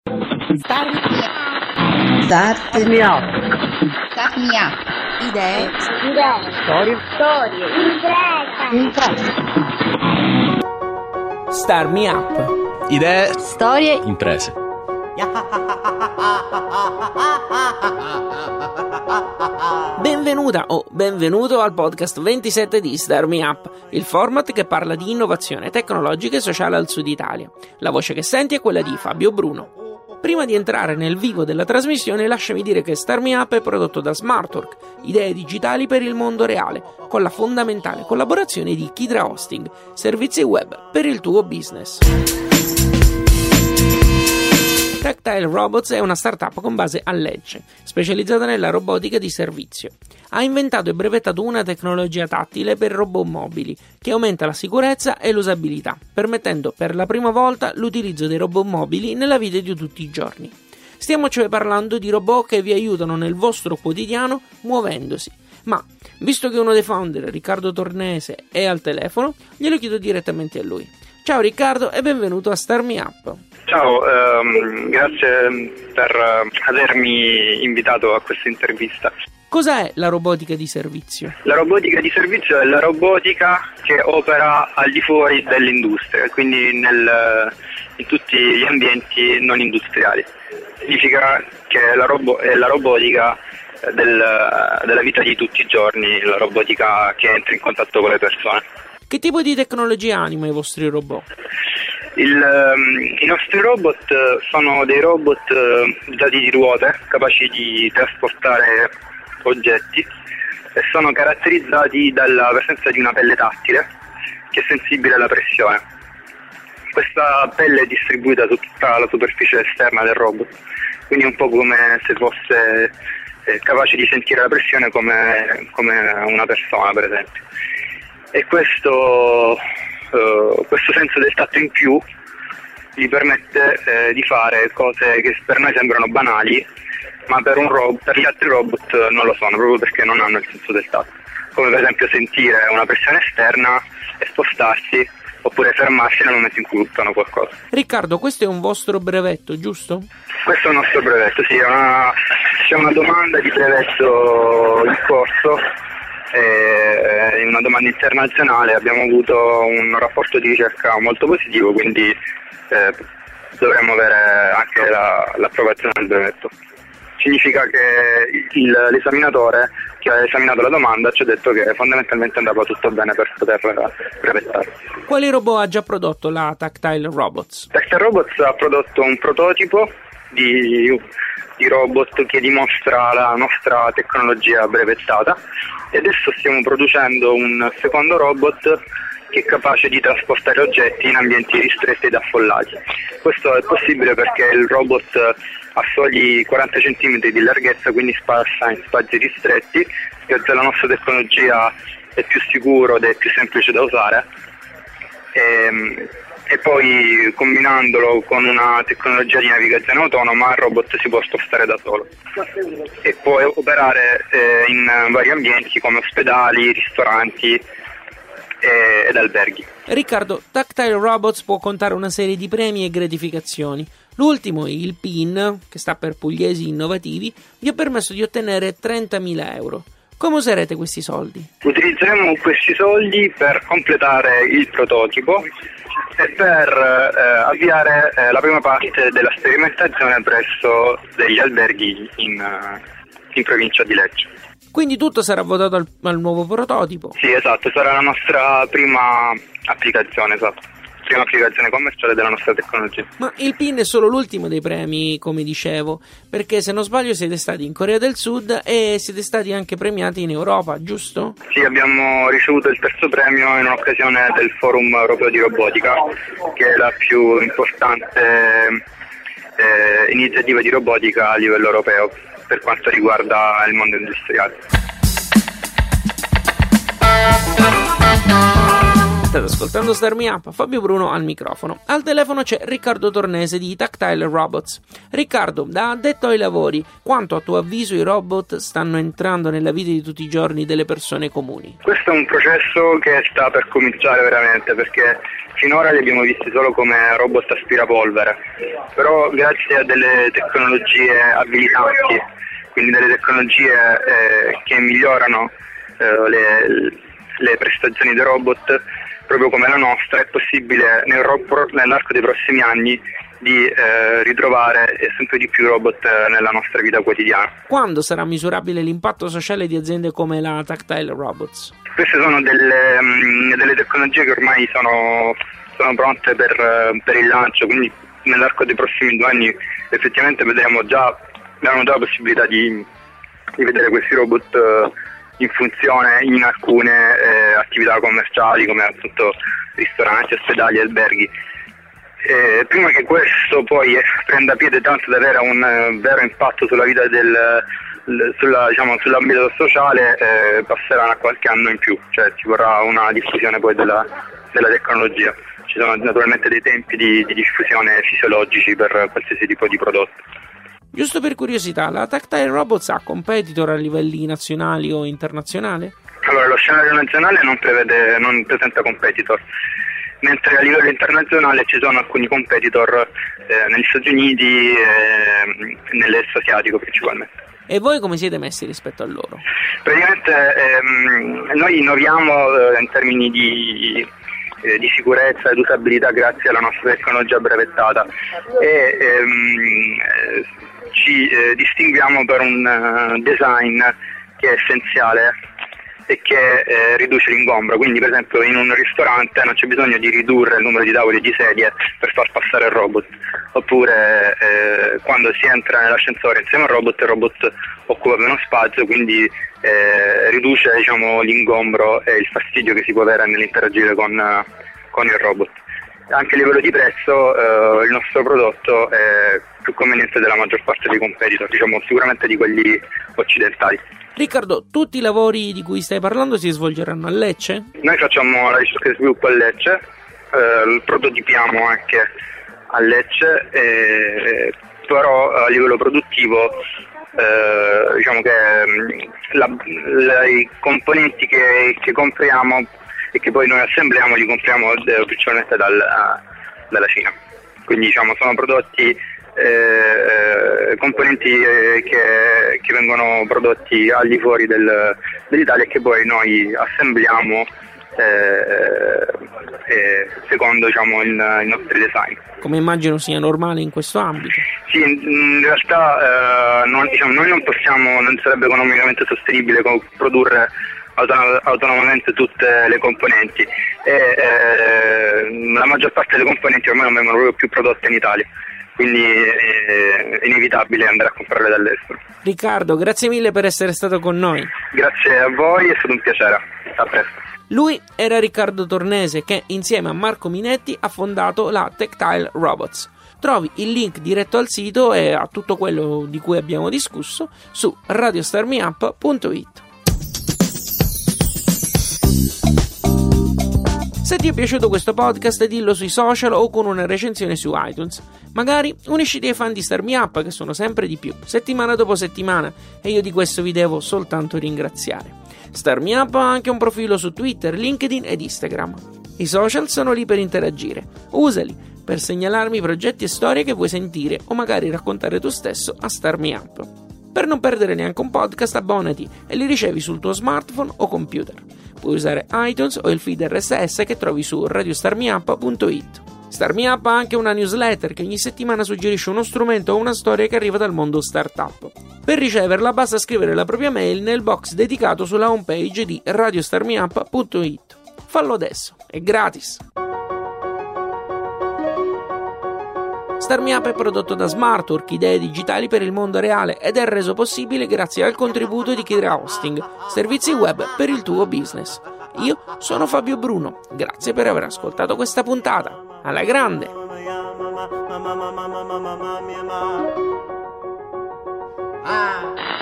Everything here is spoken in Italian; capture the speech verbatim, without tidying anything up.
Start Start me up. Start me up. Idee. Idee. Storie. Storie. Impresa. Impresa. Start me up. Idee. Storie. Imprese. Benvenuta o benvenuto al podcast ventisette di Start Me Up, il format che parla di innovazione tecnologica e sociale al Sud Italia. La voce che senti è quella di Fabio Bruno. Prima di entrare nel vivo della trasmissione, lasciami dire che Start Me Up è prodotto da Smartwork, idee digitali per il mondo reale, con la fondamentale collaborazione di Kidra Hosting, servizi web per il tuo business. Tactile Robots è una startup con base a Lecce, specializzata nella robotica di servizio. Ha inventato e brevettato una tecnologia tattile per robot mobili, che aumenta la sicurezza e l'usabilità, permettendo per la prima volta l'utilizzo dei robot mobili nella vita di tutti i giorni. Stiamo cioè parlando di robot che vi aiutano nel vostro quotidiano muovendosi. Ma, visto che uno dei founder, Riccardo Tornese, è al telefono, glielo chiedo direttamente a lui. Ciao Riccardo e benvenuto a Start Me Up. Ciao, ehm, grazie per avermi invitato a questa intervista. Cos'è la robotica di servizio? La robotica di servizio è la robotica che opera al di fuori dell'industria, quindi nel, in tutti gli ambienti non industriali. Significa che la robo- è la robotica del, della vita di tutti i giorni, la robotica che entra in contatto con le persone. Che tipo di tecnologia hanno i vostri robot? Il, um, I nostri robot sono dei robot uh, dotati di ruote, capaci di trasportare oggetti e sono caratterizzati dalla presenza di una pelle tattile che è sensibile alla pressione. Questa pelle è distribuita su tutta la superficie esterna del robot, quindi è un po' come se fosse eh, capace di sentire la pressione come, come una persona, per esempio. E questo, uh, questo senso del tatto in più gli permette eh, di fare cose che per noi sembrano banali, ma per, un ro- per gli altri robot non lo sono, proprio perché non hanno il senso del tatto. Come per esempio sentire una pressione esterna e spostarsi, oppure fermarsi nel momento in cui buttano qualcosa. Riccardo, questo è un vostro brevetto, giusto? Questo è un nostro brevetto, sì, è una, c'è una domanda di brevetto in corso. In una domanda internazionale abbiamo avuto un rapporto di ricerca molto positivo, quindi eh, dovremmo avere anche la, l'approvazione del brevetto. Significa che il, l'esaminatore che ha esaminato la domanda ci ha detto che fondamentalmente andava tutto bene per poter brevettare. Quali robot ha già prodotto la Tactile Robots? Tactile Robots ha prodotto un prototipo di, di robot che dimostra la nostra tecnologia brevettata e adesso stiamo producendo un secondo robot che è capace di trasportare oggetti in ambienti ristretti ed affollati. Questo è possibile perché il robot ha soli quaranta centimetri di larghezza, quindi passa in spazi ristretti. Grazie alla nostra tecnologia è più sicuro ed è più semplice da usare. E, e poi combinandolo con una tecnologia di navigazione autonoma il robot si può spostare da solo e può operare eh, in vari ambienti come ospedali, ristoranti e, ed alberghi. Riccardo, Tactile Robots può contare una serie di premi e gratificazioni. L'ultimo, il P I N, che sta per Pugliesi Innovativi, vi ha permesso di ottenere trentamila euro. Come userete questi soldi? Utilizzeremo questi soldi per completare il prototipo e per eh, avviare eh, la prima parte della sperimentazione presso degli alberghi in, in provincia di Lecce. Quindi tutto sarà votato al, al nuovo prototipo? Sì, esatto, sarà la nostra prima applicazione, esatto. Prima applicazione commerciale della nostra tecnologia. Ma il P I N è solo l'ultimo dei premi, come dicevo, perché se non sbaglio siete stati in Corea del Sud e siete stati anche premiati in Europa, giusto? Sì, abbiamo ricevuto il terzo premio in un'occasione del Forum Europeo di Robotica, che è la più importante eh, iniziativa di robotica a livello europeo per quanto riguarda il mondo industriale. State ascoltando Start Me Up, Fabio Bruno al microfono. Al telefono c'è Riccardo Tornese di Tactile Robots. Riccardo, da addetto ai lavori, quanto a tuo avviso i robot stanno entrando nella vita di tutti i giorni delle persone comuni? Questo è un processo che sta per cominciare veramente, perché finora li abbiamo visti solo come robot aspirapolvere, però grazie a delle tecnologie abilitanti, quindi delle tecnologie eh, che migliorano eh, le, le prestazioni dei robot, proprio come la nostra, è possibile nel ro- nell'arco dei prossimi anni di eh, ritrovare sempre di più robot nella nostra vita quotidiana. Quando sarà misurabile l'impatto sociale di aziende come la Tactile Robots? Queste sono delle, um, delle tecnologie che ormai sono, sono pronte per, uh, per il lancio, quindi nell'arco dei prossimi due anni effettivamente vedremo già, abbiamo già la possibilità di, di vedere questi robot uh, in funzione in alcune eh, attività commerciali come appunto ristoranti, ospedali, alberghi. Eh, prima che questo poi eh, prenda piede tanto da avere un eh, vero impatto sulla vita del l, sulla, diciamo, sull'ambito sociale, eh, passerà a qualche anno in più, cioè ci vorrà una diffusione poi della, della tecnologia. Ci sono naturalmente dei tempi di, di diffusione fisiologici per qualsiasi tipo di prodotto. Giusto per curiosità, la Tactile Robots ha competitor a livelli nazionali o internazionali? Allora, lo scenario nazionale non prevede, non presenta competitor, mentre a livello internazionale ci sono alcuni competitor eh, negli Stati Uniti e nell'est asiatico principalmente. E voi come siete messi rispetto a loro? Praticamente ehm, noi innoviamo eh, in termini di, eh, di sicurezza ed usabilità grazie alla nostra tecnologia brevettata e ehm, eh, ci eh, distinguiamo per un uh, design che è essenziale e che eh, riduce l'ingombro, quindi per esempio in un ristorante non c'è bisogno di ridurre il numero di tavoli e di sedie per far passare il robot, oppure eh, quando si entra nell'ascensore insieme al robot, il robot occupa meno spazio, quindi eh, riduce diciamo, l'ingombro e il fastidio che si può avere nell'interagire con, uh, con il robot. Anche a livello di prezzo eh, il nostro prodotto è più conveniente della maggior parte dei competitor, diciamo sicuramente di quelli occidentali. Riccardo, tutti i lavori di cui stai parlando si svolgeranno a Lecce? Noi facciamo la ricerca e sviluppo a Lecce, eh, prototipiamo anche a Lecce, eh, però a livello produttivo eh, diciamo che la, la, i componenti che, che compriamo e che poi noi assembliamo li compriamo eh, principalmente dal, uh, dalla Cina, quindi diciamo sono prodotti eh, componenti eh, che, che vengono prodotti al di fuori del, dell'Italia e che poi noi assembliamo eh, eh, secondo diciamo il, i nostri design. Come immagino sia normale in questo ambito. Sì, in realtà eh, non, diciamo, noi non possiamo, non sarebbe economicamente sostenibile produrre autonomamente tutte le componenti e eh, la maggior parte delle componenti ormai non vengono proprio più prodotte in Italia, quindi è inevitabile andare a comprarle dall'estero. Riccardo, grazie mille per essere stato con noi. Grazie a voi, è stato un piacere, a presto. Lui era Riccardo Tornese che insieme a Marco Minetti ha fondato la Tactile Robots. Trovi il link diretto al sito e a tutto quello di cui abbiamo discusso su radio star me up punto it. Se ti è piaciuto questo podcast dillo sui social o con una recensione su iTunes. Magari unisciti ai fan di Star Me Up che sono sempre di più, settimana dopo settimana, e io di questo vi devo soltanto ringraziare. Star Me Up ha anche un profilo su Twitter, LinkedIn ed Instagram. I social sono lì per interagire. Usali per segnalarmi progetti e storie che vuoi sentire o magari raccontare tu stesso a Star Me Up. Per non perdere neanche un podcast abbonati e li ricevi sul tuo smartphone o computer. Puoi usare iTunes o il feed R S S che trovi su radio star me up punto it. Star Me Up ha anche una newsletter che ogni settimana suggerisce uno strumento o una storia che arriva dal mondo startup. Per riceverla basta scrivere la propria mail nel box dedicato sulla homepage di radio star me up punto it. Fallo adesso, è gratis! Star Me Up è prodotto da Smartwork, idee digitali per il mondo reale, ed è reso possibile grazie al contributo di Kidra Hosting, servizi web per il tuo business. Io sono Fabio Bruno, grazie per aver ascoltato questa puntata. Alla grande! Ah.